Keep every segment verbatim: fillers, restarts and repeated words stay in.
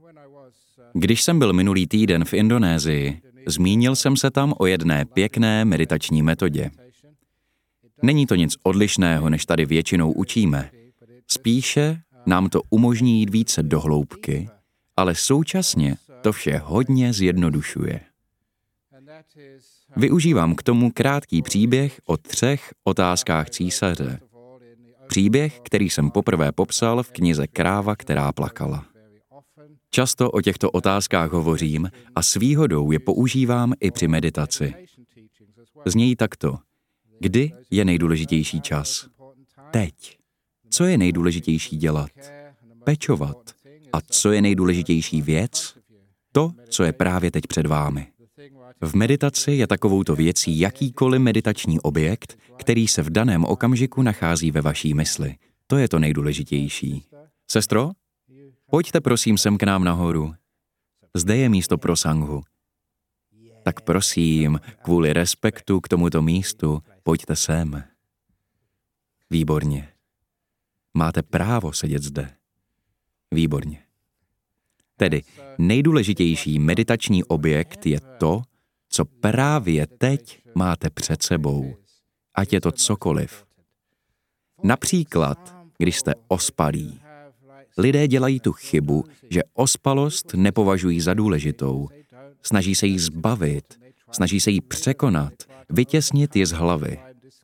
Když jsem byl minulý týden v Indonésii, zmínil jsem se tam o jedné pěkné meditační metodě. Není to nic odlišného, než tady většinou učíme. Spíše nám to umožní jít více do hloubky, ale současně to vše hodně zjednodušuje. Využívám k tomu krátký příběh o třech otázkách císaře. Příběh, který jsem poprvé popsal v knize Kráva, která plakala. Často o těchto otázkách hovořím a s výhodou je používám i při meditaci. Znějí takto. Kdy je nejdůležitější čas? Teď. Co je nejdůležitější dělat? Pečovat. A co je nejdůležitější věc? To, co je právě teď před vámi. V meditaci je takovouto věcí jakýkoliv meditační objekt, který se v daném okamžiku nachází ve vaší mysli. To je to nejdůležitější. Sestro, pojďte prosím sem k nám nahoru. Zde je místo pro sanghu. Tak prosím, kvůli respektu k tomuto místu, pojďte sem. Výborně. Máte právo sedět zde. Výborně. Tedy nejdůležitější meditační objekt je to, co právě teď máte před sebou. Ať je to cokoliv. Například, když jste ospalí. Lidé dělají tu chybu, že ospalost nepovažují za důležitou. Snaží se jí zbavit, snaží se jí překonat, vytěsnit ji z hlavy.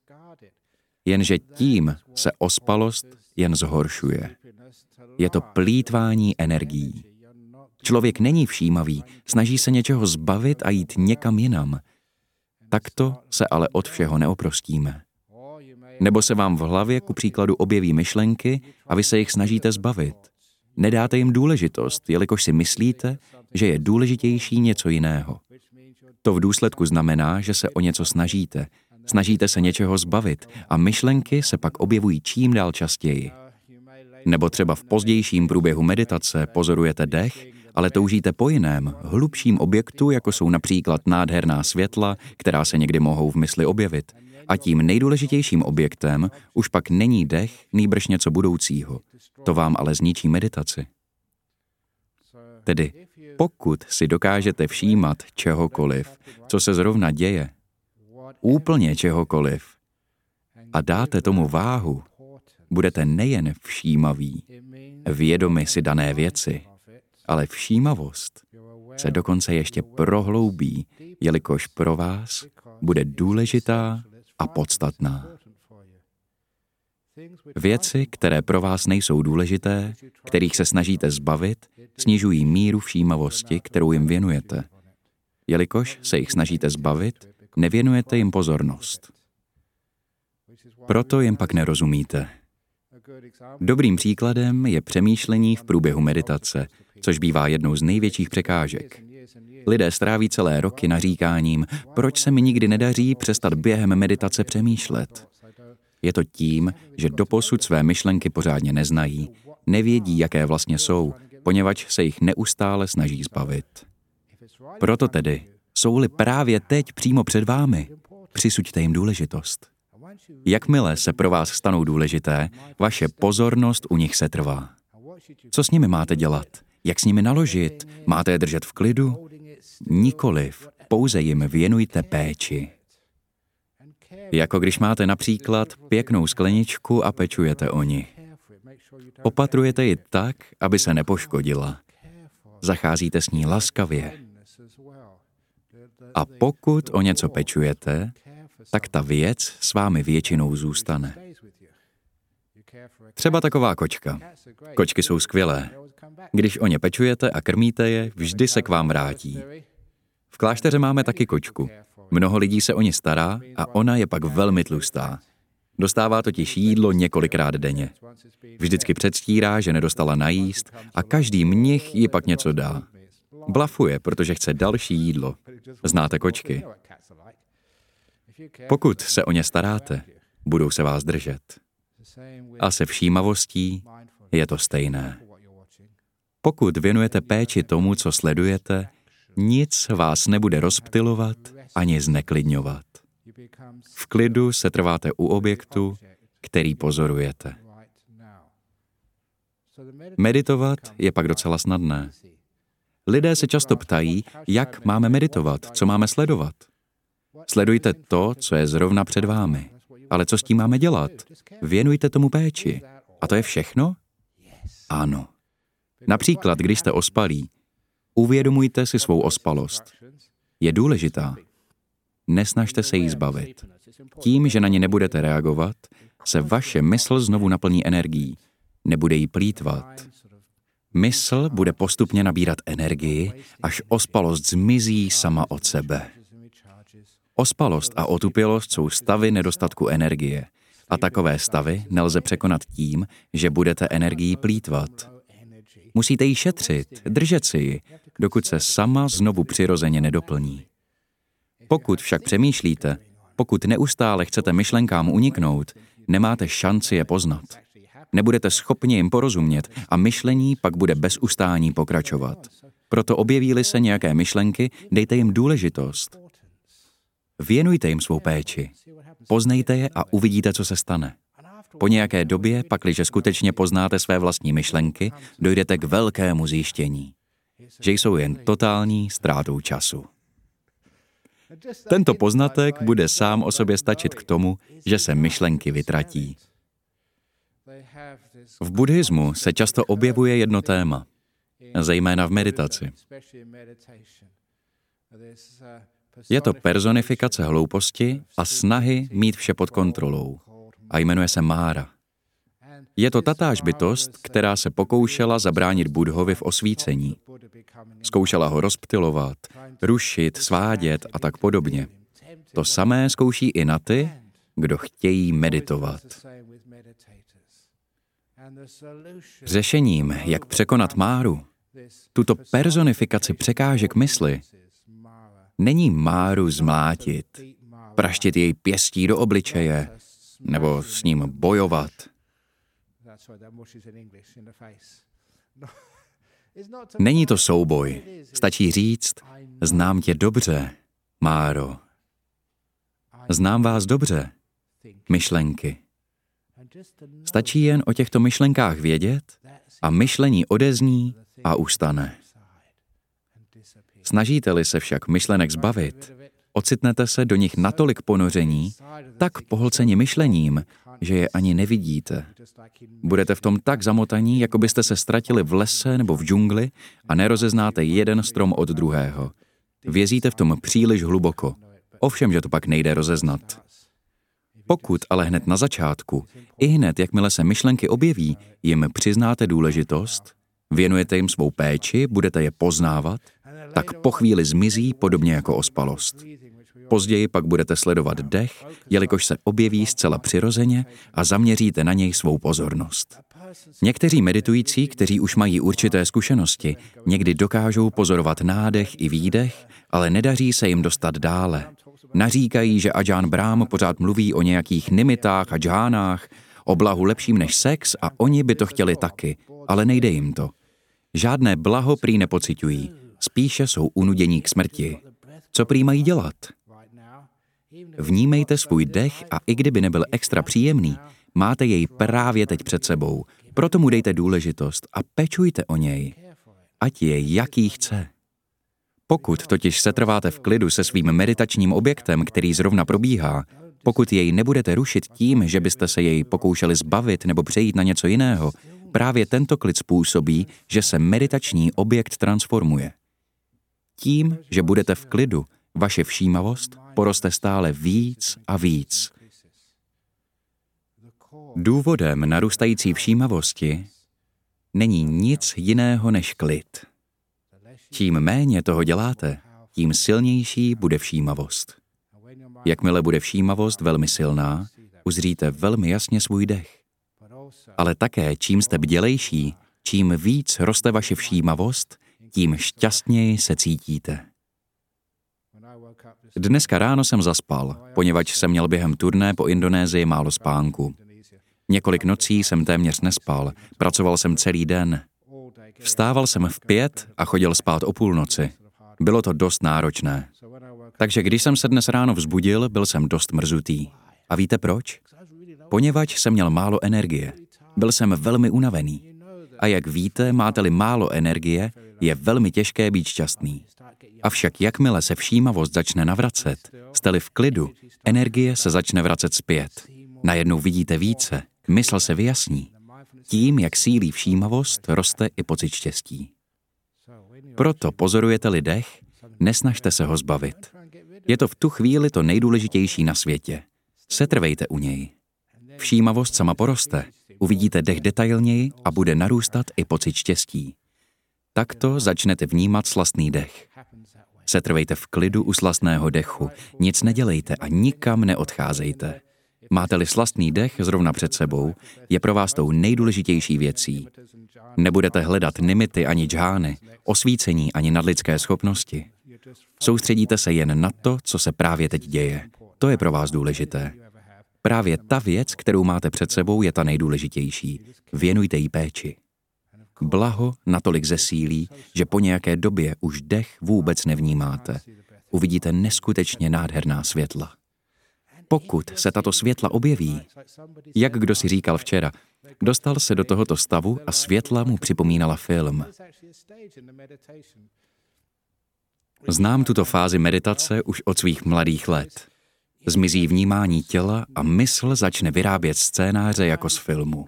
Jenže tím se ospalost jen zhoršuje. Je to plýtvání energií. Člověk není všímavý, snaží se něčeho zbavit a jít někam jinam. Takto se ale od všeho neoprostíme. Nebo se vám v hlavě ku příkladu objeví myšlenky a vy se jich snažíte zbavit. Nedáte jim důležitost, jelikož si myslíte, že je důležitější něco jiného. To v důsledku znamená, že se o něco snažíte. Snažíte se něčeho zbavit a myšlenky se pak objevují čím dál častěji. Nebo třeba v pozdějším průběhu meditace pozorujete dech, ale toužíte po jiném, hlubším objektu, jako jsou například nádherná světla, která se někdy mohou v mysli objevit. A tím nejdůležitějším objektem už pak není dech, nýbrž něco budoucího. To vám ale zničí meditaci. Tedy, pokud si dokážete všímat čehokoliv, co se zrovna děje, úplně čehokoliv, a dáte tomu váhu, budete nejen všímaví, vědomi si dané věci, ale všímavost se dokonce ještě prohloubí, jelikož pro vás bude důležitá a podstatná. Věci, které pro vás nejsou důležité, kterých se snažíte zbavit, snižují míru všímavosti, kterou jim věnujete. Jelikož se jich snažíte zbavit, nevěnujete jim pozornost. Proto jim pak nerozumíte. Dobrým příkladem je přemýšlení v průběhu meditace, což bývá jednou z největších překážek. Lidé stráví celé roky naříkáním, proč se mi nikdy nedaří přestat během meditace přemýšlet. Je to tím, že doposud své myšlenky pořádně neznají, nevědí, jaké vlastně jsou, poněvadž se jich neustále snaží zbavit. Proto tedy, jsou-li právě teď přímo před vámi, přisuďte jim důležitost. Jakmile se pro vás stanou důležité, vaše pozornost u nich se trvá. Co s nimi máte dělat? Jak s nimi naložit? Máte je držet v klidu? Nikoliv, pouze jim věnujte péči. Jako když máte například pěknou skleničku a pečujete o ni. Opatrujete ji tak, aby se nepoškodila. Zacházíte s ní laskavě. A pokud o něco pečujete, tak ta věc s vámi většinou zůstane. Třeba taková kočka. Kočky jsou skvělé. Když o ně pečujete a krmíte je, vždy se k vám vrátí. V klášteře máme taky kočku. Mnoho lidí se o ni stará a ona je pak velmi tlustá. Dostává totiž jídlo několikrát denně. Vždycky předstírá, že nedostala najíst a každý mnich jí pak něco dá. Blafuje, protože chce další jídlo. Znáte kočky? Pokud se o ně staráte, budou se vás držet. A se všímavostí je to stejné. Pokud věnujete péči tomu, co sledujete, nic vás nebude rozptylovat ani zneklidňovat. V klidu se trváte u objektu, který pozorujete. Meditovat je pak docela snadné. Lidé se často ptají, jak máme meditovat, co máme sledovat. Sledujte to, co je zrovna před vámi. Ale co s tím máme dělat? Věnujte tomu péči. A to je všechno? Ano. Například, když jste ospalí, uvědomujte si svou ospalost. Je důležitá. Nesnažte se jí zbavit. Tím, že na ně nebudete reagovat, se vaše mysl znovu naplní energií. Nebude jí plýtvat. Mysl bude postupně nabírat energii, až ospalost zmizí sama od sebe. Ospalost a otupělost jsou stavy nedostatku energie. A takové stavy nelze překonat tím, že budete energií plýtvat. Musíte ji šetřit, držet si ji, dokud se sama znovu přirozeně nedoplní. Pokud však přemýšlíte, pokud neustále chcete myšlenkám uniknout, nemáte šanci je poznat. Nebudete schopni jim porozumět a myšlení pak bude bez ustání pokračovat. Proto objeví-li se nějaké myšlenky, dejte jim důležitost. Věnujte jim svou péči. Poznejte je a uvidíte, co se stane. Po nějaké době, pakliže skutečně poznáte své vlastní myšlenky, dojdete k velkému zjištění, že jsou jen totální ztrátou času. Tento poznatek bude sám o sobě stačit k tomu, že se myšlenky vytratí. V buddhismu se často objevuje jedno téma, zejména v meditaci. Je to personifikace hlouposti a snahy mít vše pod kontrolou a jmenuje se Mára. Je to tatáž bytost, která se pokoušela zabránit Buddhovi v osvícení. Zkoušela ho rozptylovat, rušit, svádět a tak podobně. To samé zkouší i na ty, kdo chtějí meditovat. Řešením, jak překonat Máru, tuto personifikaci překážek mysli, není Máru zmlátit, praštit jej pěstí do obličeje, nebo s ním bojovat. Není to souboj. Stačí říct, znám tě dobře, Máro. Znám vás dobře, myšlenky. Stačí jen o těchto myšlenkách vědět a myšlení odezní a ustane. Snažíte-li se však myšlenek zbavit, ocitnete se do nich natolik ponoření, tak pohlceni myšlením, že je ani nevidíte. Budete v tom tak zamotaní, jako byste se ztratili v lese nebo v džungli a nerozeznáte jeden strom od druhého. Vězíte v tom příliš hluboko. Ovšem, že to pak nejde rozeznat. Pokud ale hned na začátku, i hned, jakmile se myšlenky objeví, jim přiznáte důležitost, věnujete jim svou péči, budete je poznávat, tak po chvíli zmizí podobně jako ospalost. Později pak budete sledovat dech, jelikož se objeví zcela přirozeně a zaměříte na něj svou pozornost. Někteří meditující, kteří už mají určité zkušenosti, někdy dokážou pozorovat nádech i výdech, ale nedaří se jim dostat dále. Naříkají, že Ajahn Brahm pořád mluví o nějakých nimitách a džhánách, o blahu lepším než sex a oni by to chtěli taky, ale nejde jim to. Žádné blaho prý nepociťují, spíše jsou unudění k smrti. Co prý mají dělat? Vnímejte svůj dech a i kdyby nebyl extra příjemný, máte jej právě teď před sebou, proto mu dejte důležitost a pečujte o něj, ať je jaký chce. Pokud totiž setrváte v klidu se svým meditačním objektem, který zrovna probíhá, pokud jej nebudete rušit tím, že byste se jej pokoušeli zbavit nebo přejít na něco jiného, právě tento klid způsobí, že se meditační objekt transformuje. Tím, že budete v klidu, vaše všímavost poroste stále víc a víc. Důvodem narůstající všímavosti není nic jiného než klid. Čím méně toho děláte, tím silnější bude všímavost. Jakmile bude všímavost velmi silná, uzříte velmi jasně svůj dech. Ale také čím jste bdělejší, čím víc roste vaše všímavost, tím šťastněji se cítíte. Dneska ráno jsem zaspal, poněvadž jsem měl během turné po Indonésii málo spánku. Několik nocí jsem téměř nespal, pracoval jsem celý den. Vstával jsem v pět a chodil spát o půlnoci. Bylo to dost náročné. Takže když jsem se dnes ráno vzbudil, byl jsem dost mrzutý. A víte proč? Poněvadž jsem měl málo energie. Byl jsem velmi unavený. A jak víte, máte-li málo energie, je velmi těžké být šťastný. Avšak jakmile se všímavost začne navracet, jste-li v klidu, energie se začne vracet zpět. Najednou vidíte více, mysl se vyjasní. Tím, jak sílí všímavost, roste i pocit štěstí. Proto pozorujete-li dech, nesnažte se ho zbavit. Je to v tu chvíli to nejdůležitější na světě. Setrvejte u něj. Všímavost sama poroste. Uvidíte dech detailněji a bude narůstat i pocit štěstí. Takto začnete vnímat slastný dech. Setrvejte v klidu u slastného dechu. Nic nedělejte a nikam neodcházejte. Máte-li slastný dech zrovna před sebou, je pro vás tou nejdůležitější věcí. Nebudete hledat nimity ani džhány, osvícení ani nadlidské schopnosti. Soustředíte se jen na to, co se právě teď děje. To je pro vás důležité. Právě ta věc, kterou máte před sebou, je ta nejdůležitější. Věnujte jí péči. Blaho natolik zesílí, že po nějaké době už dech vůbec nevnímáte. Uvidíte neskutečně nádherná světla. Pokud se tato světla objeví, jak kdo si říkal včera, dostal se do tohoto stavu a světla mu připomínala film. Znám tuto fázi meditace už od svých mladých let. Zmizí vnímání těla a mysl začne vyrábět scénáře jako z filmu.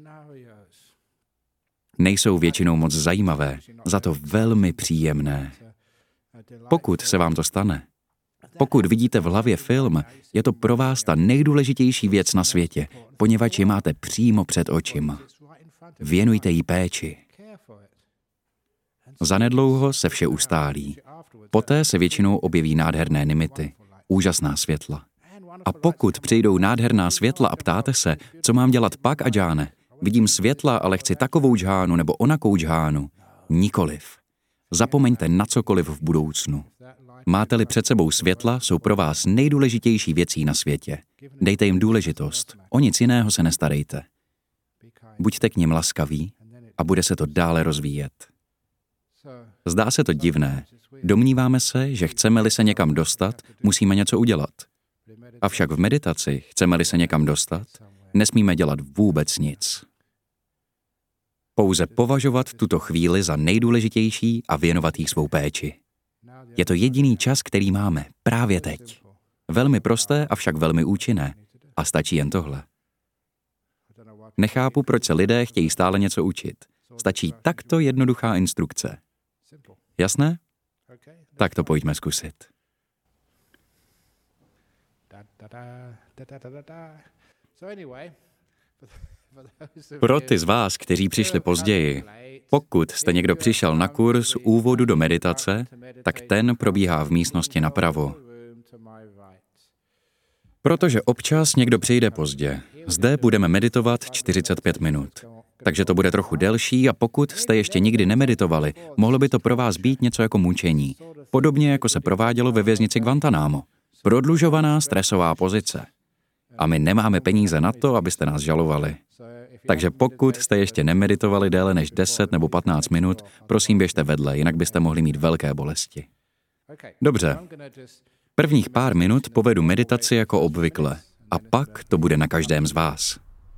Nejsou většinou moc zajímavé, za to velmi příjemné. Pokud se vám to stane, pokud vidíte v hlavě film, je to pro vás ta nejdůležitější věc na světě, poněvadž ji máte přímo před očima. Věnujte jí péči. Zanedlouho se vše ustálí. Poté se většinou objeví nádherné nimity, úžasná světla. A pokud přijdou nádherná světla a ptáte se, co mám dělat pak, Adžáne, vidím světla, ale chci takovou džhánu nebo onakou džhánu. Nikoliv. Zapomeňte na cokoliv v budoucnu. Máte-li před sebou světla, jsou pro vás nejdůležitější věcí na světě. Dejte jim důležitost, o nic jiného se nestarejte. Buďte k nim laskaví a bude se to dále rozvíjet. Zdá se to divné. Domníváme se, že chceme-li se někam dostat, musíme něco udělat. Avšak v meditaci, chceme-li se někam dostat, nesmíme dělat vůbec nic. Pouze považovat tuto chvíli za nejdůležitější a věnovat jí svou péči. Je to jediný čas, který máme, právě teď. Velmi prosté, avšak velmi účinné. A stačí jen tohle. Nechápu, proč se lidé chtějí stále něco učit. Stačí takto jednoduchá instrukce. Jasné? Tak to pojďme zkusit. Pro ty z vás, kteří přišli později, pokud jste někdo přišel na kurz úvodu do meditace, tak ten probíhá v místnosti napravo. Protože občas někdo přijde pozdě, zde budeme meditovat čtyřicet pět minut. Takže to bude trochu delší a pokud jste ještě nikdy nemeditovali, mohlo by to pro vás být něco jako mučení. Podobně jako se provádělo ve věznici Guantanamo. Prodlužovaná stresová pozice. A my nemáme peníze na to, abyste nás žalovali. Takže pokud jste ještě nemeditovali déle než deset nebo patnáct minut, prosím běžte vedle, jinak byste mohli mít velké bolesti. Dobře. Prvních pár minut povedu meditaci jako obvykle a pak to bude na každém z vás.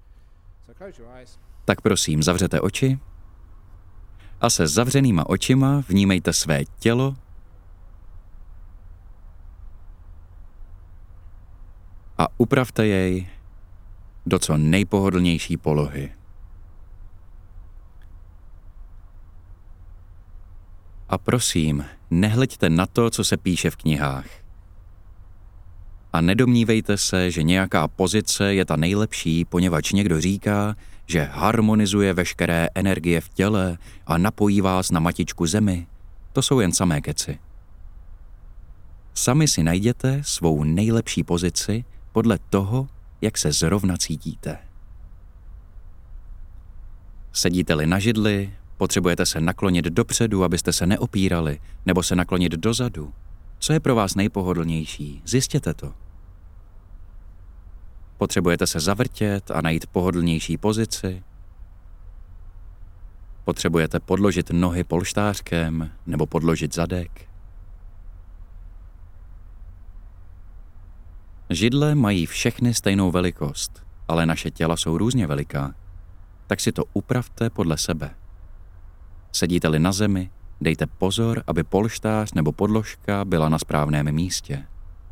Tak prosím, zavřete oči a se zavřenýma očima vnímejte své tělo a upravte jej do co nejpohodlnější polohy. A prosím, nehleďte na to, co se píše v knihách. A nedomnívejte se, že nějaká pozice je ta nejlepší, poněvadž někdo říká, že harmonizuje veškeré energie v těle a napojí vás na matičku zemi. To jsou jen samé keci. Sami si najděte svou nejlepší pozici podle toho, jak se zrovna cítíte. Sedíte-li na židli, potřebujete se naklonit dopředu, abyste se neopírali, nebo se naklonit dozadu. Co je pro vás nejpohodlnější? Zjistěte to. Potřebujete se zavrtět a najít pohodlnější pozici. Potřebujete podložit nohy polštářkem nebo podložit zadek. Židle mají všechny stejnou velikost, ale naše těla jsou různě veliká. Tak si to upravte podle sebe. Sedíte-li na zemi, Dejte pozor, aby polštář nebo podložka byla na správném místě.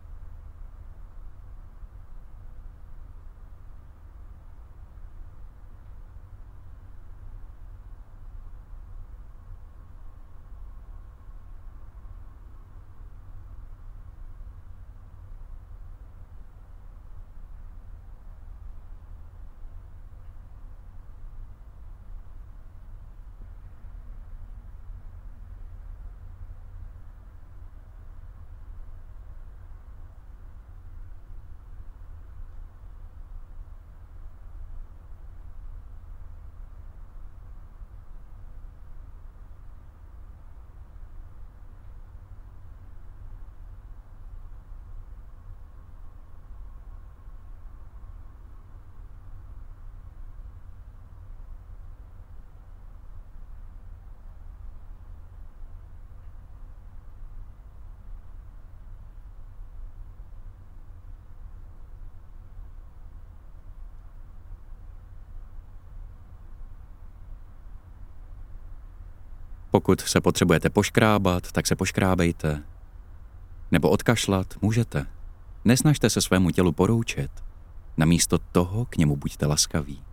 Pokud se potřebujete poškrábat, tak se poškrábejte. Nebo odkašlat můžete. Nesnažte se svému tělu poroučet. Namísto toho k němu buďte laskaví.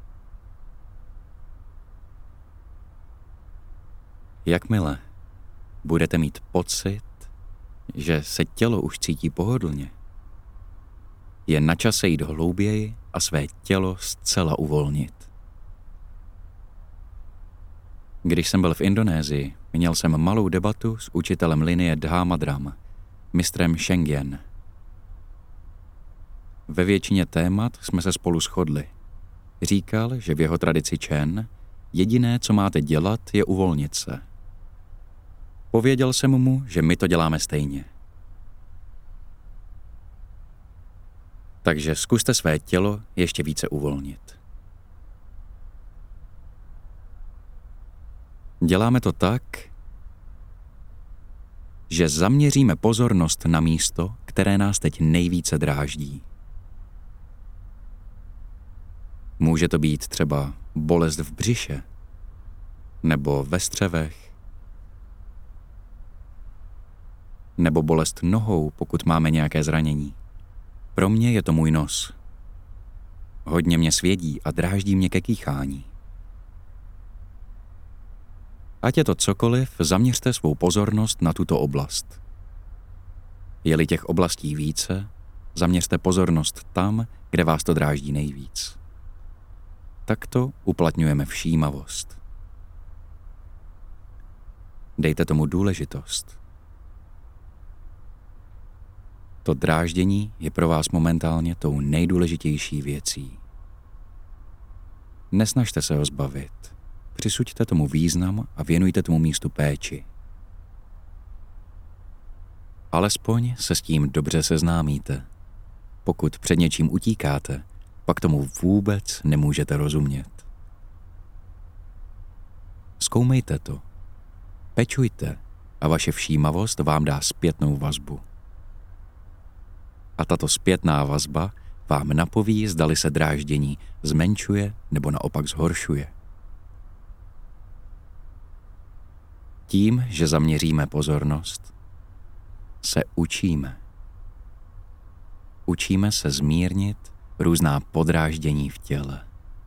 Jakmile budete mít pocit, že se tělo už cítí pohodlně, je na čase jít hlouběji a své tělo zcela uvolnit. Když jsem byl v Indonésii, měl jsem malou debatu s učitelem linie Dharmadram, mistrem Shengyen. Ve většině témat jsme se spolu shodli. Říkal, že v jeho tradici Chen jediné, co máte dělat, je uvolnit se. Pověděl jsem mu, že my to děláme stejně. Takže zkuste své tělo ještě více uvolnit. Děláme to tak, že zaměříme pozornost na místo, které nás teď nejvíce dráždí. Může to být třeba bolest v břiše, nebo ve střevech, nebo bolest nohou, pokud máme nějaké zranění. Pro mě je to můj nos. Hodně mě svědí a dráždí mě ke kýchání. Ať je to cokoliv, zaměřte svou pozornost na tuto oblast. Je-li těch oblastí více, zaměřte pozornost tam, kde vás to dráždí nejvíc. Takto uplatňujeme všímavost. Dejte tomu důležitost. To dráždění je pro vás momentálně tou nejdůležitější věcí. Nesnažte se ho zbavit. Přisuďte tomu význam a věnujte tomu místu péči. Alespoň se s tím dobře seznámíte. Pokud před něčím utíkáte, pak tomu vůbec nemůžete rozumět. Zkoumejte to. Pečujte a vaše všímavost vám dá zpětnou vazbu. A tato zpětná vazba vám napoví, zdali se dráždění zmenšuje nebo naopak zhoršuje. Tím, že zaměříme pozornost, se učíme. Učíme se zmírnit různá podráždění v těle.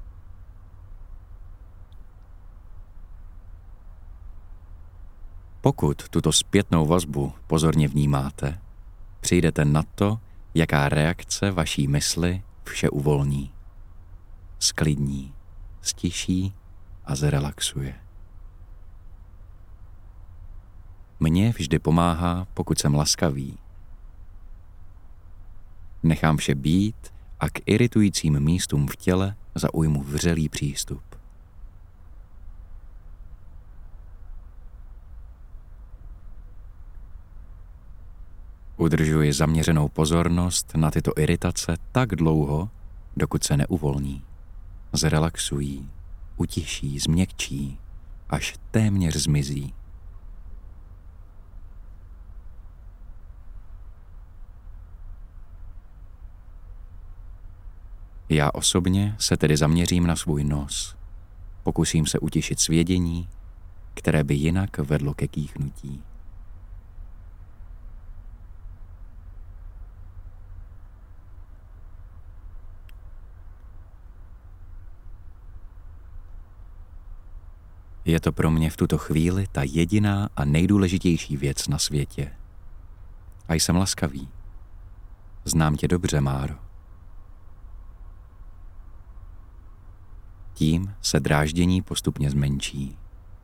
Pokud tuto zpětnou vazbu pozorně vnímáte, přijdete na to, jaká reakce vaší mysli vše uvolní, sklidní, stiší a zrelaxuje. Mně vždy pomáhá, pokud jsem laskavý. Nechám vše být a k iritujícím místům v těle zaujmu vřelý přístup. Udržuji zaměřenou pozornost na tyto iritace tak dlouho, dokud se neuvolní. Zrelaxují, utiší, změkčí, až téměř zmizí. Já osobně se tedy zaměřím na svůj nos. Pokusím se utišit svědění, které by jinak vedlo ke kýchnutí. Je to pro mě v tuto chvíli ta jediná a nejdůležitější věc na světě. A jsem laskavý. Znám tě dobře, Máro. Tím se dráždění postupně zmenší.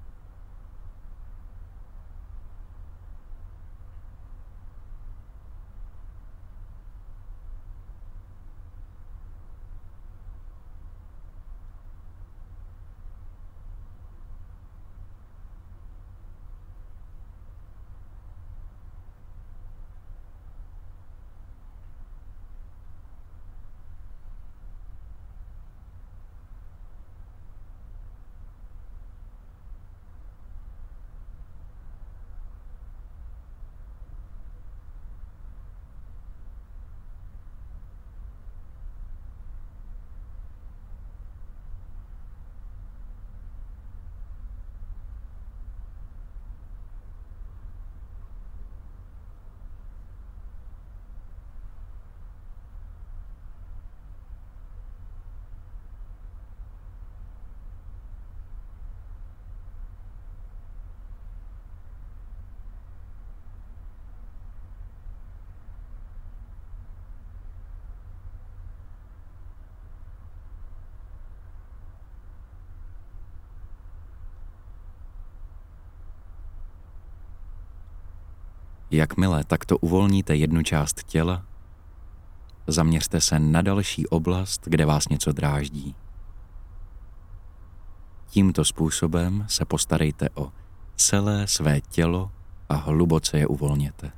Jakmile takto uvolníte jednu část těla, zaměřte se na další oblast, kde vás něco dráždí. Tímto způsobem se postarejte o celé své tělo a hluboce je uvolněte.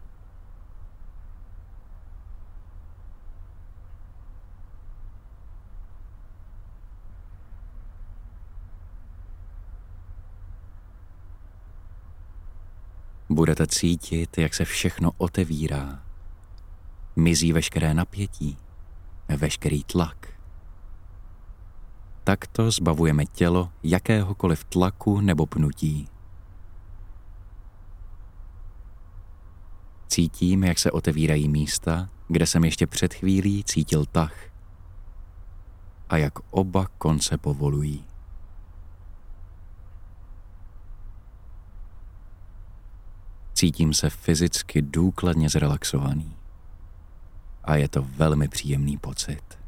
Budete cítit, jak se všechno otevírá. Mizí veškeré napětí, veškerý tlak. Takto zbavujeme tělo jakéhokoliv tlaku nebo pnutí. Cítím, jak se otevírají místa, kde jsem ještě před chvílí cítil tah. A jak oba konce povolují. Cítím se fyzicky důkladně zrelaxovaný. A je to velmi příjemný pocit.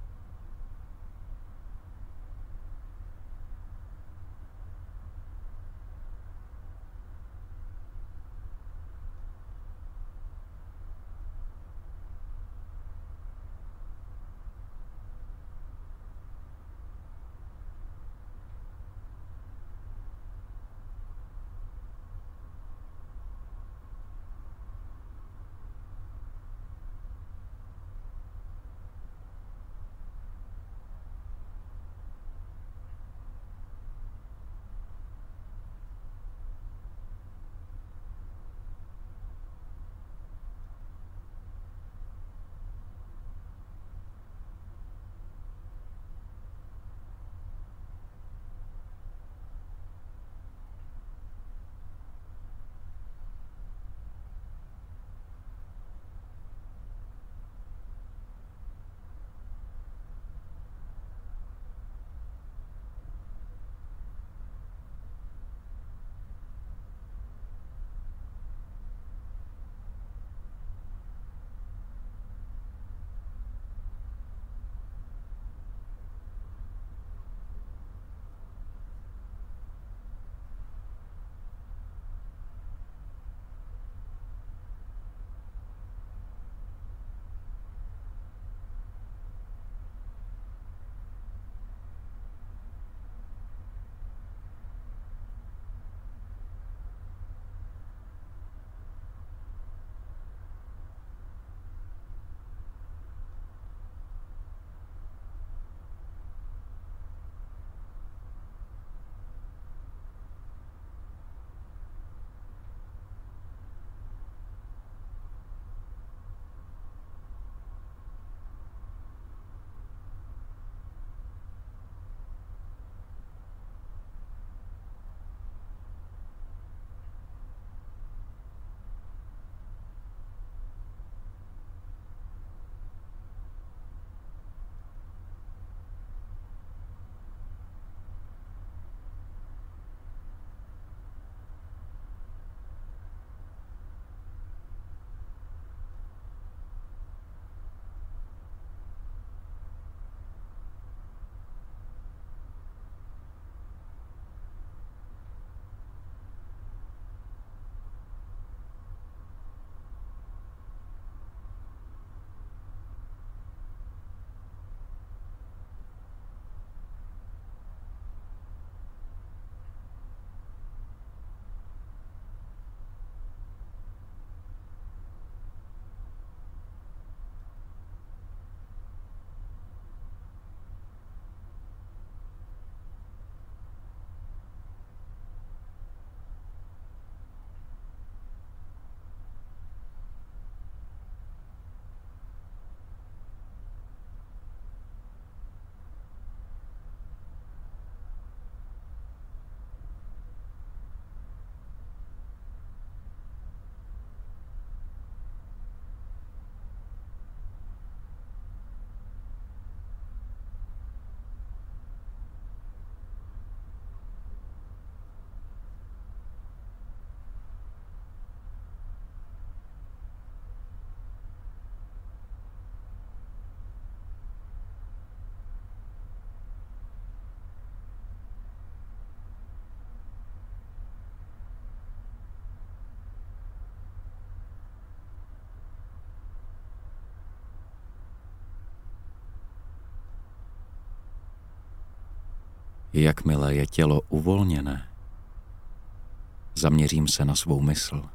Jakmile je tělo uvolněné, zaměřím se na svou mysl.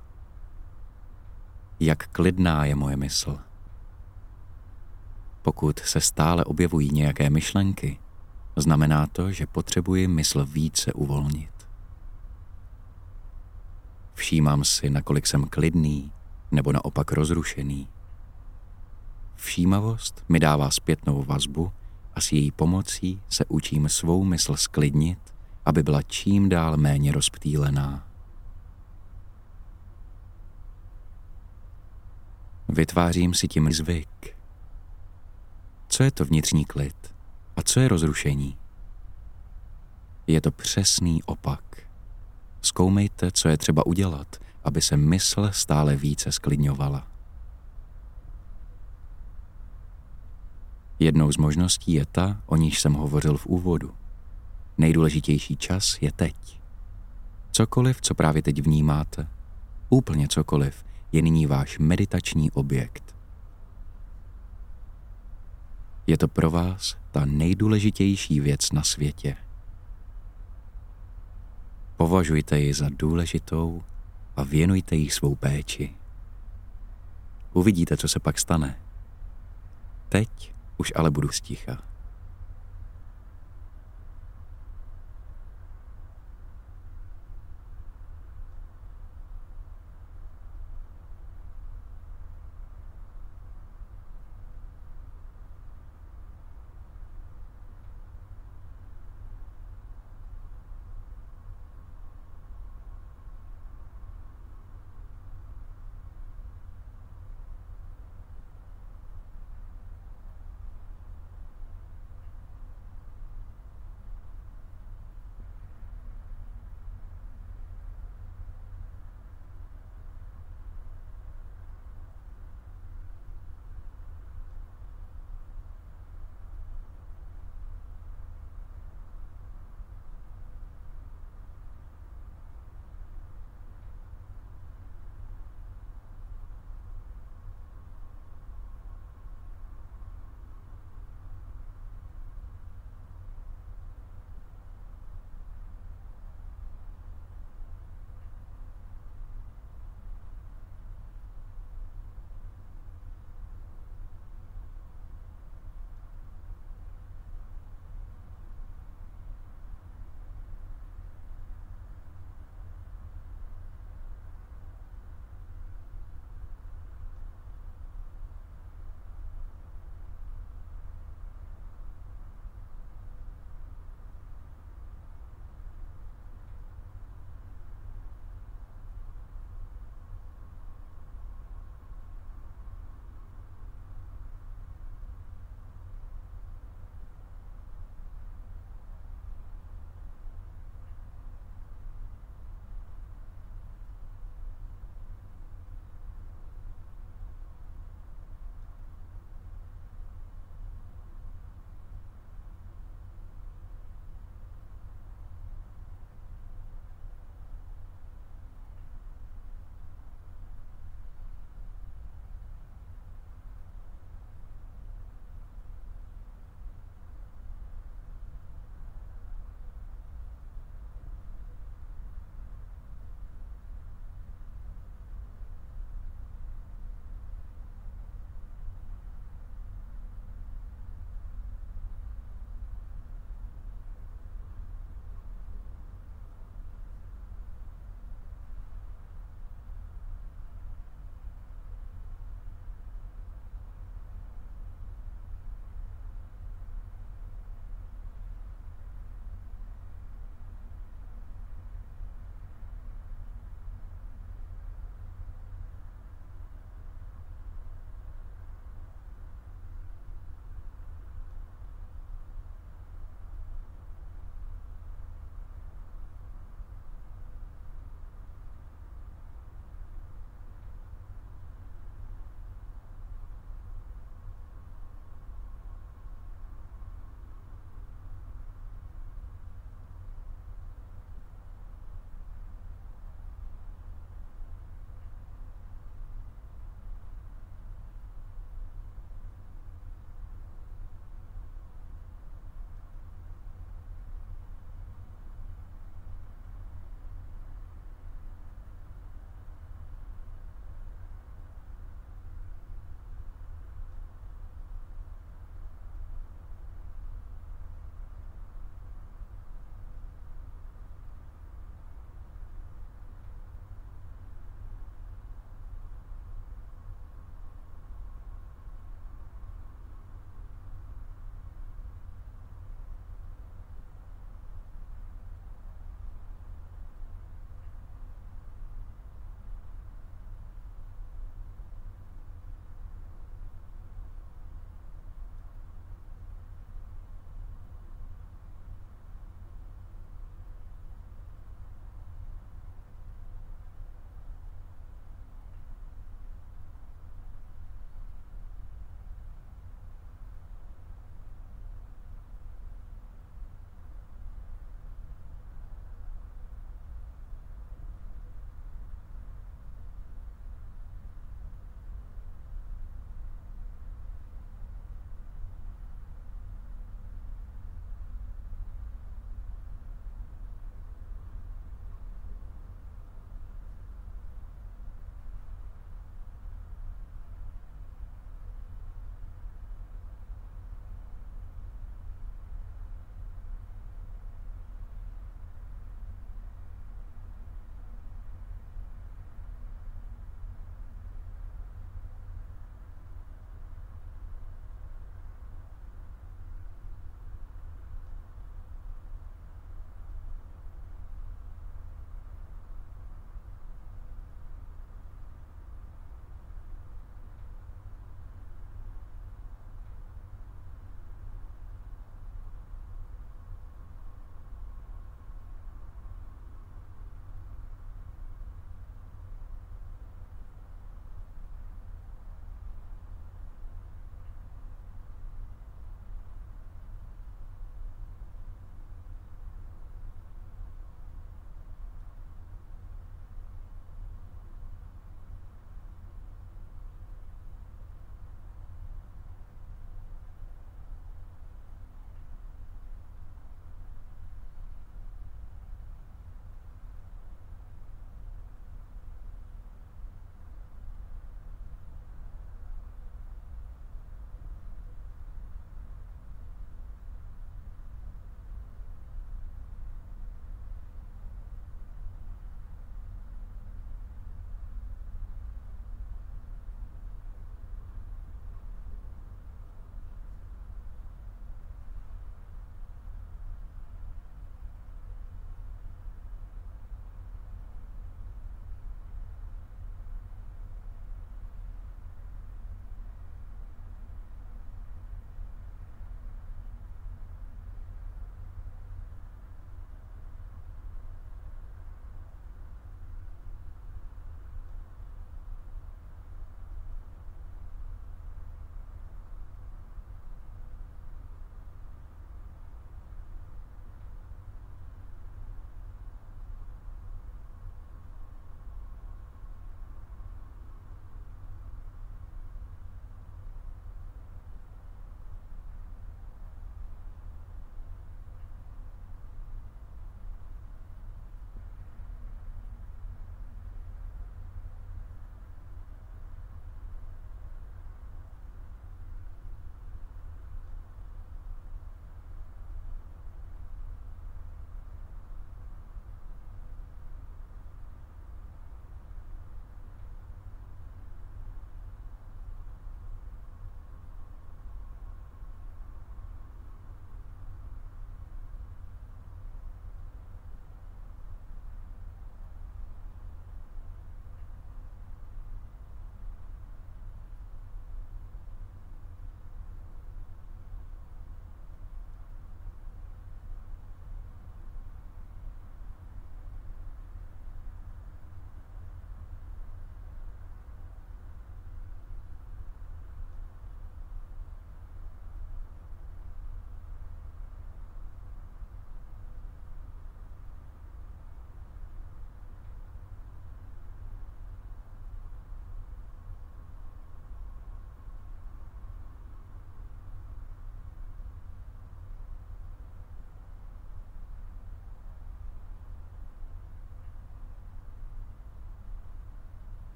Jak klidná je moje mysl. Pokud se stále objevují nějaké myšlenky, znamená to, že potřebuji mysl více uvolnit. Všímám si, nakolik jsem klidný nebo naopak rozrušený. Všímavost mi dává zpětnou vazbu a s její pomocí se učím svou mysl sklidnit, aby byla čím dál méně rozptýlená. Vytvářím si tím zvyk. Co je to vnitřní klid a co je rozrušení? Je to přesný opak. Zkoumejte, co je třeba udělat, aby se mysl stále více sklidňovala. Jednou z možností je ta, o níž jsem hovořil v úvodu. Nejdůležitější čas je teď. Cokoliv, co právě teď vnímáte, úplně cokoliv, je nyní váš meditační objekt. Je to pro vás ta nejdůležitější věc na světě. Považujte ji za důležitou a věnujte jí svou péči. Uvidíte, co se pak stane. Teď už ale budu sticha.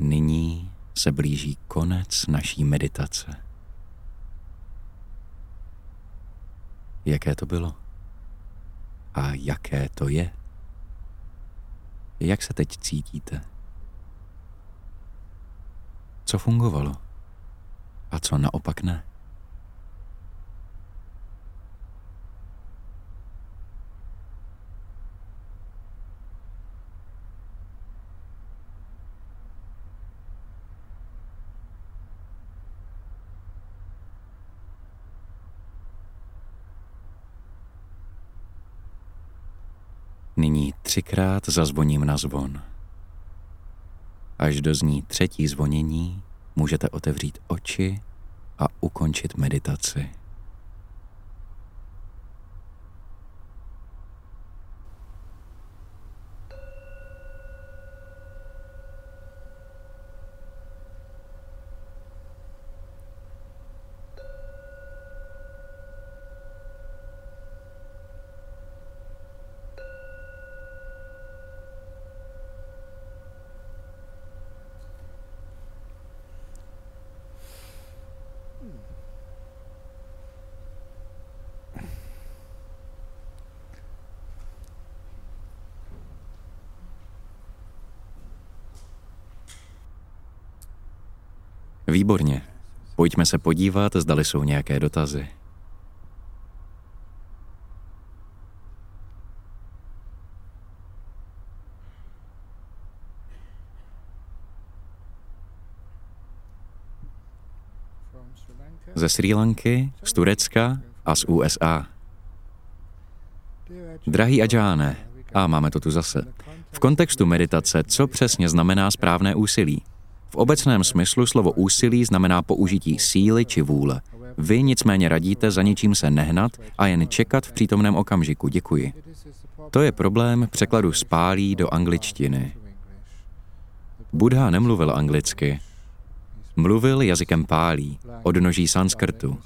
Nyní se blíží konec naší meditace. Jaké to bylo? A jaké to je? Jak se teď cítíte? Co fungovalo? A co naopak ne? Nyní třikrát zazvoním na zvon. Až dozní třetí zvonění, můžete otevřít oči a ukončit meditaci. Výborně. Pojďme se podívat, zdali jsou nějaké dotazy. Ze Srí Lanky, z Turecka a z U S A. Drahý Adžáne, a máme to tu zase. V kontextu meditace, co přesně znamená správné úsilí? V obecném smyslu slovo úsilí znamená použití síly či vůle. Vy nicméně radíte za ničím se nehnat a jen čekat v přítomném okamžiku. Děkuji. To je problém překladu z pálí do angličtiny. Buddha nemluvil anglicky. Mluvil jazykem pálí, odnoží sanskrtu.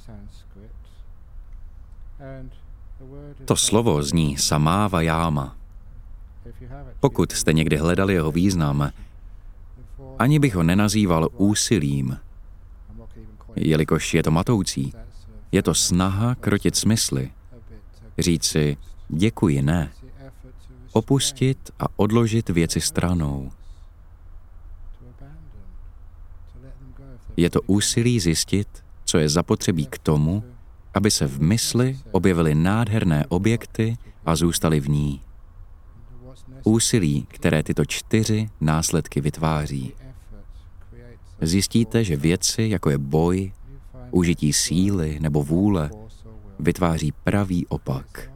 To slovo zní samávajáma. Pokud jste někdy hledali jeho význam, ani bych ho nenazýval úsilím, jelikož je to matoucí. Je to snaha krotit smysly. Říci děkuji, ne. Opustit a odložit věci stranou. Je to úsilí zjistit, co je zapotřebí k tomu, aby se v mysli objevily nádherné objekty a zůstaly v ní. Úsilí, které tyto čtyři následky vytváří. Zjistíte, že věci, jako je boj, užití síly nebo vůle, vytváří pravý opak.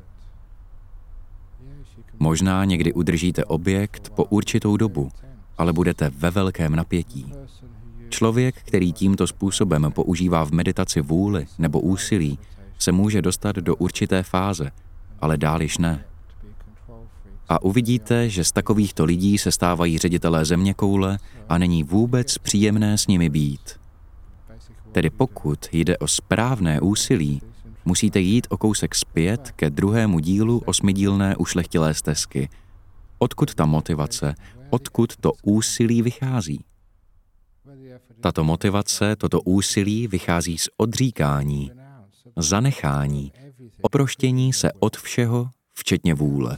Možná někdy udržíte objekt po určitou dobu, ale budete ve velkém napětí. Člověk, který tímto způsobem používá v meditaci vůli nebo úsilí, se může dostat do určité fáze, ale dál již ne. A uvidíte, že z takovýchto lidí se stávají ředitelé zeměkoule a není vůbec příjemné s nimi být. Tedy pokud jde o správné úsilí, musíte jít o kousek zpět ke druhému dílu osmidílné ušlechtilé stezky. Odkud ta motivace, odkud to úsilí vychází? Tato motivace, toto úsilí vychází z odříkání, zanechání, oproštění se od všeho, včetně vůle.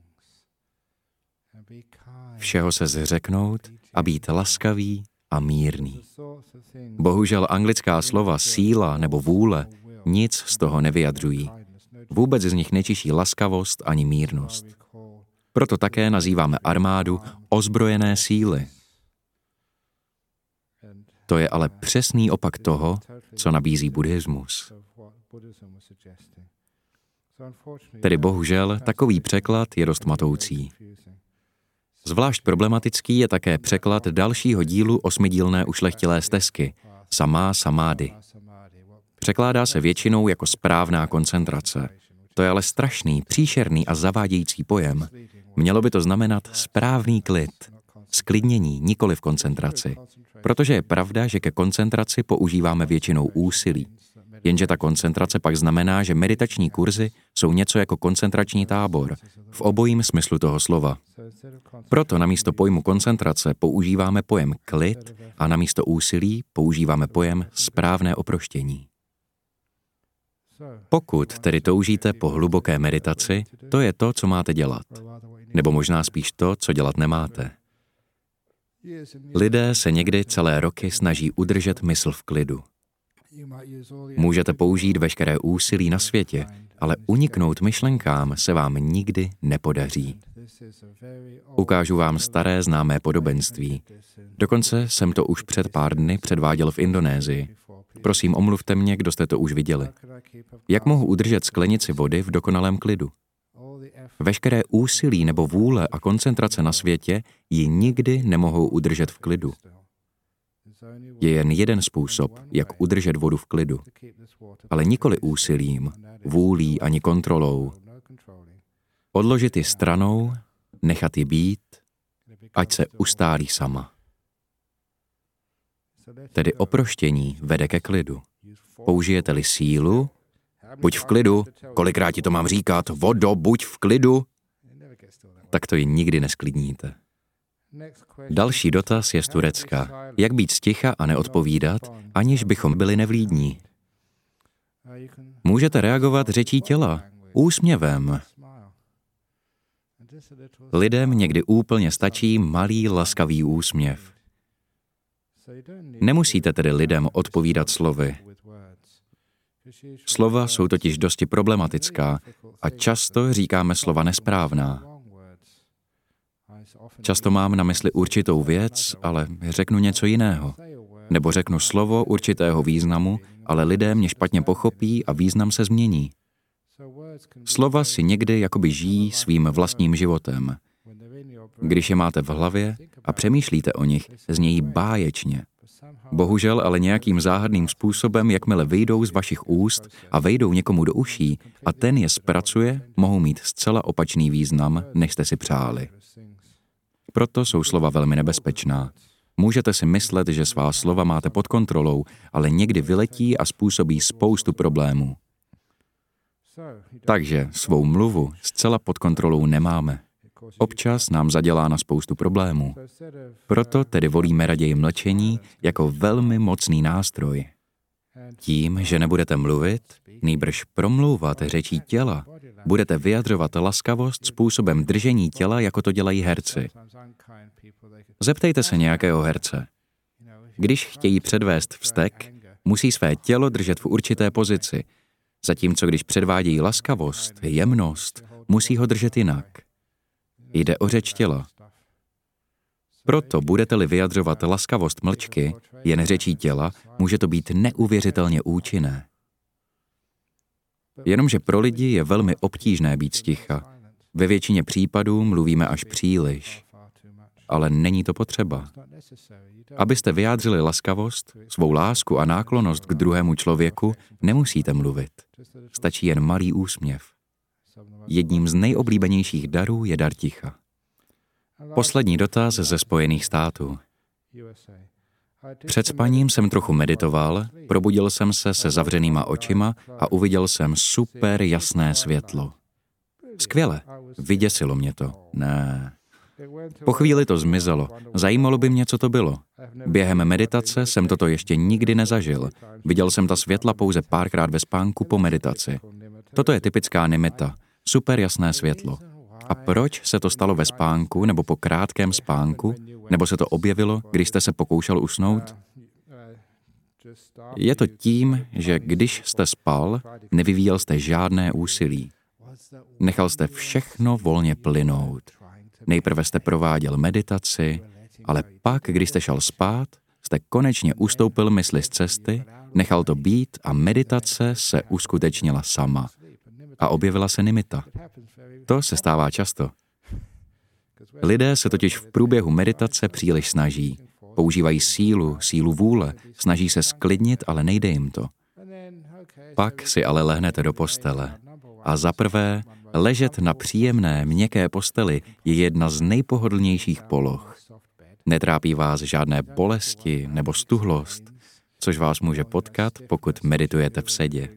Všeho se zřeknout a být laskavý a mírný. Bohužel anglická slova síla nebo vůle nic z toho nevyjadřují. Vůbec z nich nečiší laskavost ani mírnost. Proto také nazýváme armádu ozbrojené síly. To je ale přesný opak toho, co nabízí buddhismus. Tedy bohužel takový překlad je dost matoucí. Zvlášť problematický je také překlad dalšího dílu osmidílné ušlechtilé stezky, samá samády. Překládá se většinou jako správná koncentrace. To je ale strašný, příšerný a zavádějící pojem. Mělo by to znamenat správný klid, sklidnění, nikoli v koncentraci. Protože je pravda, že ke koncentraci používáme většinou úsilí. Jenže ta koncentrace pak znamená, že meditační kurzy jsou něco jako koncentrační tábor, v obojím smyslu toho slova. Proto namísto pojmu koncentrace používáme pojem klid a namísto úsilí používáme pojem správné oproštění. Pokud tedy toužíte po hluboké meditaci, to je to, co máte dělat. Nebo možná spíš to, co dělat nemáte. Lidé se někdy celé roky snaží udržet mysl v klidu. Můžete použít veškeré úsilí na světě, ale uniknout myšlenkám se vám nikdy nepodaří. Ukážu vám staré známé podobenství. Dokonce jsem to už před pár dny předváděl v Indonésii. Prosím, omluvte mě, kdo jste to už viděli. Jak mohu udržet sklenici vody v dokonalém klidu? Veškeré úsilí nebo vůle a koncentrace na světě ji nikdy nemohou udržet v klidu. Je jen jeden způsob, jak udržet vodu v klidu, ale nikoli úsilím, vůlí ani kontrolou. Odložit ji stranou, nechat ji být, ať se ustálí sama. Tedy oproštění vede ke klidu. Použijete-li sílu, buď v klidu, kolikrát ti to mám říkat, vodo, buď v klidu, tak to ji nikdy nesklidníte. Další dotaz je z Turecka. Jak být sticha a neodpovídat, aniž bychom byli nevlídní? Můžete reagovat řečí těla, úsměvem. Lidem někdy úplně stačí malý laskavý úsměv. Nemusíte tedy lidem odpovídat slovy. Slova jsou totiž dosti problematická a často říkáme slova nesprávná. Často mám na mysli určitou věc, ale řeknu něco jiného. Nebo řeknu slovo určitého významu, ale lidé mě špatně pochopí a význam se změní. Slova si někdy jakoby žijí svým vlastním životem. Když je máte v hlavě a přemýšlíte o nich, znějí báječně. Bohužel ale nějakým záhadným způsobem, jakmile vyjdou z vašich úst a vejdou někomu do uší a ten je zpracuje, mohou mít zcela opačný význam, než jste si přáli. Proto jsou slova velmi nebezpečná. Můžete si myslet, že svá slova máte pod kontrolou, ale někdy vyletí a způsobí spoustu problémů. Takže svou mluvu zcela pod kontrolou nemáme. Občas nám zadělá na spoustu problémů. Proto tedy volíme raději mlčení jako velmi mocný nástroj. Tím, že nebudete mluvit, nýbrž promlouvat řečí těla, budete vyjadřovat laskavost způsobem držení těla, jako to dělají herci. Zeptejte se nějakého herce. Když chtějí předvést vztek, musí své tělo držet v určité pozici, zatímco když předvádějí laskavost, jemnost, musí ho držet jinak. Jde o řeč těla. Proto budete-li vyjadřovat laskavost mlčky, jen řečí těla, může to být neuvěřitelně účinné. Jenomže pro lidi je velmi obtížné být sticha. Ve většině případů mluvíme až příliš. Ale není to potřeba. Abyste vyjádřili laskavost, svou lásku a náklonnost k druhému člověku, nemusíte mluvit. Stačí jen malý úsměv. Jedním z nejoblíbenějších darů je dar ticha. Poslední dotaz ze Spojených států. Před spaním jsem trochu meditoval, probudil jsem se se zavřenýma očima a uviděl jsem super jasné světlo. Skvěle, vyděsilo mě to. Ne. Po chvíli to zmizelo. Zajímalo by mě, co to bylo. Během meditace jsem toto ještě nikdy nezažil. Viděl jsem ta světla pouze párkrát ve spánku po meditaci. Toto je typická nimita. Super jasné světlo. A proč se to stalo ve spánku nebo po krátkém spánku? Nebo se to objevilo, když jste se pokoušel usnout? Je to tím, že když jste spal, nevyvíjel jste žádné úsilí. Nechal jste všechno volně plynout. Nejprve jste prováděl meditaci, ale pak, když jste šel spát, jste konečně ustoupil mysli z cesty, nechal to být a meditace se uskutečnila sama. A objevila se nimita. To se stává často. Lidé se totiž v průběhu meditace příliš snaží. Používají sílu, sílu vůle, snaží se sklidnit, ale nejde jim to. Pak si ale lehnete do postele. A zaprvé, ležet na příjemné, měkké posteli je jedna z nejpohodlnějších poloh. Netrápí vás žádné bolesti nebo stuhlost. což vás může potkat, pokud meditujete v sedě.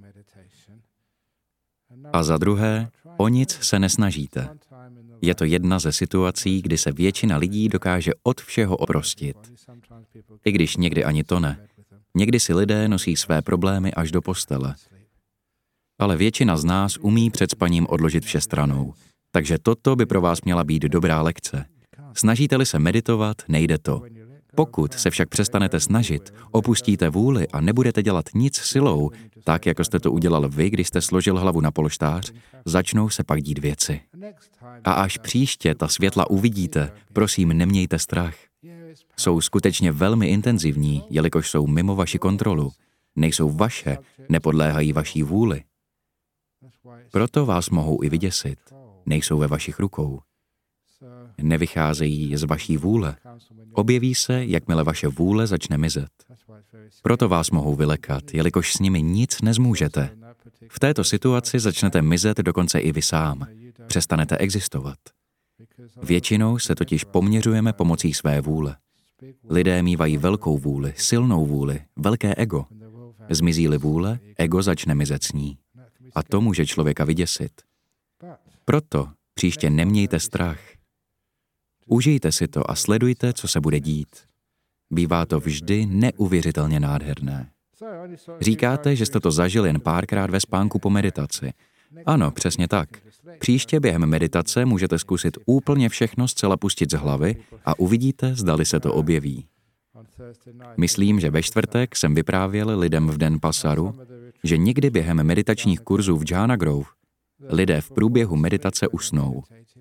A za druhé, o nic se nesnažíte. Je to jedna ze situací, kdy se většina lidí dokáže od všeho oprostit. I když někdy ani to ne. Někdy si lidé nosí své problémy až do postele. Ale většina z nás umí před spaním odložit vše stranou. Takže toto by pro vás měla být dobrá lekce. Snažíte-li se meditovat, nejde to. Pokud se však přestanete snažit, opustíte vůli a nebudete dělat nic silou, tak jako jste to udělal vy, když jste složil hlavu na polštář, začnou se pak dít věci. A až příště ta světla uvidíte, prosím, nemějte strach. Jsou skutečně velmi intenzivní, jelikož jsou mimo vaši kontrolu. Nejsou vaše, nepodléhají vaší vůli. Proto vás mohou i vyděsit. Nejsou ve vašich rukou. Nevycházejí z vaší vůle. Objeví se, jakmile vaše vůle začne mizet. Proto vás mohou vylekat, jelikož s nimi nic nezmůžete. V této situaci začnete mizet dokonce i vy sám. Přestanete existovat. Většinou se totiž poměřujeme pomocí své vůle. Lidé mívají velkou vůli, silnou vůli, velké ego. Zmizí-li vůle, ego začne mizet s ní. A to může člověka vyděsit. Proto příště nemějte strach. Užijte si to a sledujte, co se bude dít. Bývá to vždy neuvěřitelně nádherné. Říkáte, že jste to zažil jen párkrát ve spánku po meditaci. Ano, přesně tak. Příště během meditace můžete zkusit úplně všechno zcela pustit z hlavy a uvidíte, zdali se to objeví. Myslím, že ve čtvrtek jsem vyprávěl lidem v Den Pasaru, že někdy během meditačních kurzů v Jhana Grove lidé v průběhu meditace usnou.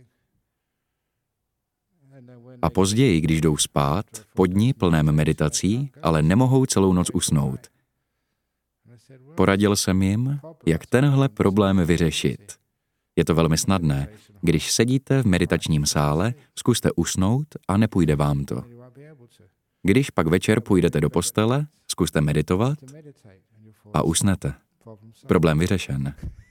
A později, když jdou spát, po dni plném meditací, ale nemohou celou noc usnout. Poradil jsem jim, jak tenhle problém vyřešit. Je to velmi snadné. Když sedíte v meditačním sále, zkuste usnout a nepůjde vám to. Když pak večer půjdete do postele, zkuste meditovat a usnete. Problém vyřešen.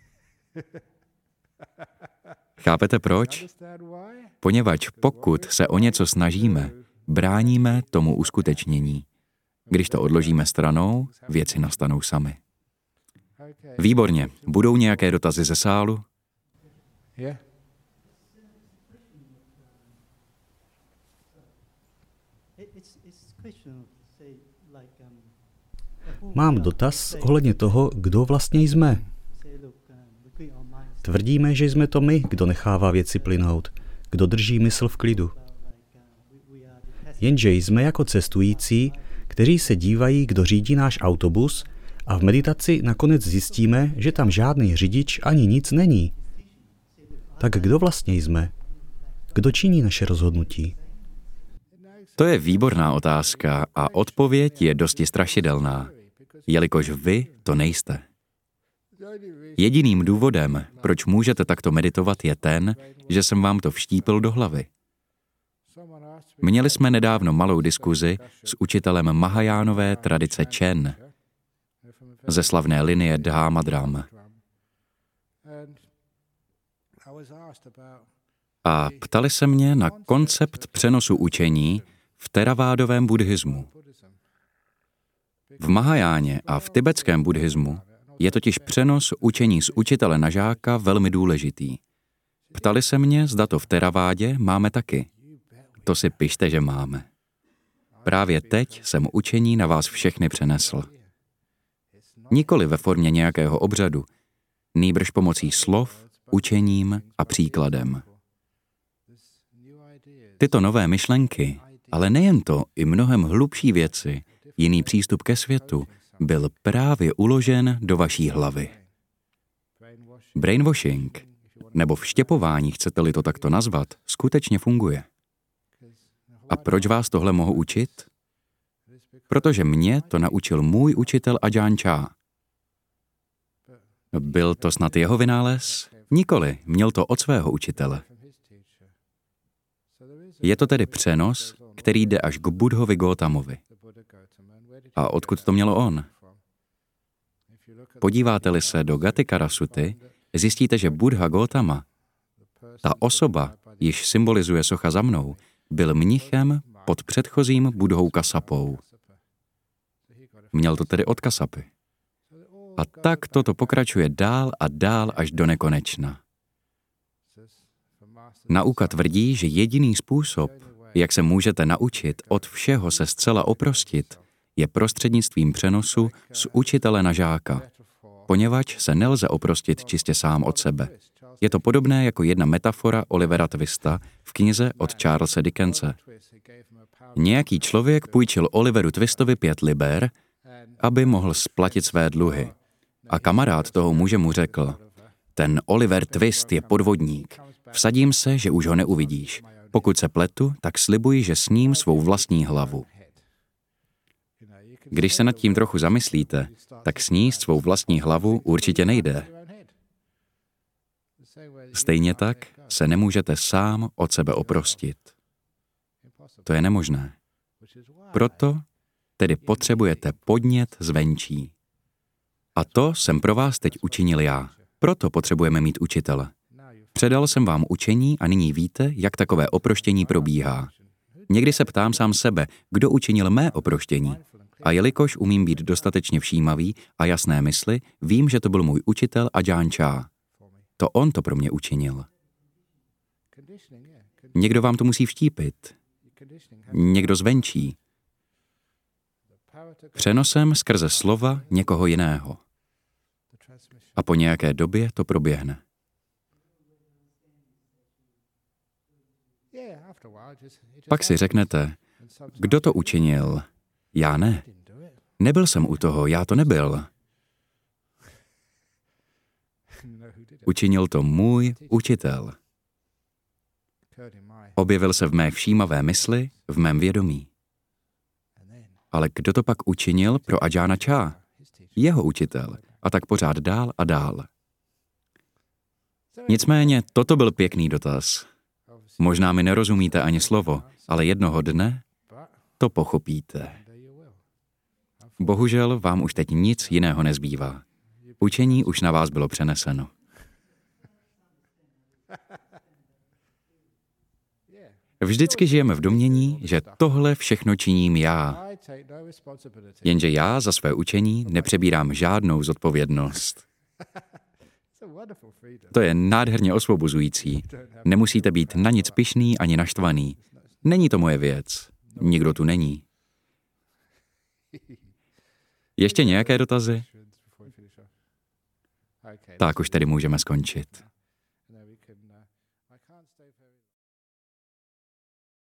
Chápete proč? Poněvadž pokud se o něco snažíme, bráníme tomu uskutečnění. Když to odložíme stranou, věci nastanou samy. Výborně. Budou nějaké dotazy ze sálu? Mám dotaz ohledně toho, kdo vlastně jsme. Tvrdíme, že jsme to my, kdo nechává věci plynout, kdo drží mysl v klidu. Jenže jsme jako cestující, kteří se dívají, kdo řídí náš autobus, a v meditaci nakonec zjistíme, že tam žádný řidič ani nic není. Tak kdo vlastně jsme? Kdo činí naše rozhodnutí? To je výborná otázka a odpověď je dosti strašidelná, jelikož vy to nejste. Jediným důvodem, proč můžete takto meditovat, je ten, že jsem vám to vštípil do hlavy. Měli jsme nedávno malou diskuzi s učitelem Mahajánové tradice Chen ze slavné linie Dhámadram. A ptali se mě na koncept přenosu učení v teravádovém buddhismu. V Mahajáně a v tibetském buddhismu je totiž přenos učení z učitele na žáka velmi důležitý. Ptali se mě, zda to v teravádě máme taky. To si pište, že máme. Právě teď jsem učení na vás všechny přenesl. Nikoli ve formě nějakého obřadu, nýbrž pomocí slov, učením a příkladem. Tyto nové myšlenky, ale nejen to, i mnohem hlubší věci, jiný přístup ke světu, byl právě uložen do vaší hlavy. Brainwashing, nebo vštěpování, chcete-li to takto nazvat, skutečně funguje. A proč vás tohle mohu učit? Protože mě to naučil můj učitel Ajahn Chah. Byl to snad jeho vynález? Nikoli, měl to od svého učitele. Je to tedy přenos, který jde až k Buddhovi Gautamovi. A odkud to mělo on? Podíváte-li se do Gatikara Sutty, zjistíte, že Buddha Gautama, ta osoba, již symbolizuje socha za mnou, byl mnichem pod předchozím Buddhou Kasapou. Měl to tedy od kasapy. A tak toto pokračuje dál a dál až do nekonečna. Nauka tvrdí, že jediný způsob, jak se můžete naučit od všeho se zcela oprostit, je prostřednictvím přenosu z učitele na žáka, poněvadž se nelze oprostit čistě sám od sebe. Je to podobné jako jedna metafora Olivera Twista v knize od Charlesa Dickense. Nějaký člověk půjčil Oliveru Twistovi pět liber, aby mohl splatit své dluhy. A kamarád toho muže mu řekl, ten Oliver Twist je podvodník. Vsadím se, že už ho neuvidíš. Pokud se pletu, tak slibuji, že sním svou vlastní hlavu. Když se nad tím trochu zamyslíte, tak sníst svou vlastní hlavu určitě nejde. Stejně tak se nemůžete sám od sebe oprostit. To je nemožné. Proto tedy potřebujete podnět zvenčí. A to jsem pro vás teď učinil já. Proto potřebujeme mít učitele. Předal jsem vám učení a nyní víte, jak takové oproštění probíhá. Někdy se ptám sám sebe, kdo učinil mé oproštění. A jelikož umím být dostatečně všímavý a jasné mysli, vím, že to byl můj učitel Ajahn Chah. To on to pro mě učinil. Někdo vám to musí vštípit. Někdo zvenčí. Přenosem skrze slova někoho jiného. A po nějaké době to proběhne. Pak si řeknete, kdo to učinil? Já ne. Nebyl jsem u toho, já to nebyl. Učinil to můj učitel. Objevil se v mé všímavé mysli, v mém vědomí. Ale kdo to pak učinil pro Ajahna Chah? Jeho učitel. A tak pořád dál a dál. Nicméně, toto byl pěkný dotaz. Možná mi nerozumíte ani slovo, ale jednoho dne to pochopíte. Bohužel vám už teď nic jiného nezbývá. Učení už na vás bylo přeneseno. Vždycky žijeme v domnění, že tohle všechno činím já. Jenže já za své učení nepřebírám žádnou zodpovědnost. To je nádherně osvobozující. Nemusíte být na nic pyšný ani naštvaný. Není to moje věc. Nikdo tu není. Ještě nějaké dotazy? Tak už tedy můžeme skončit.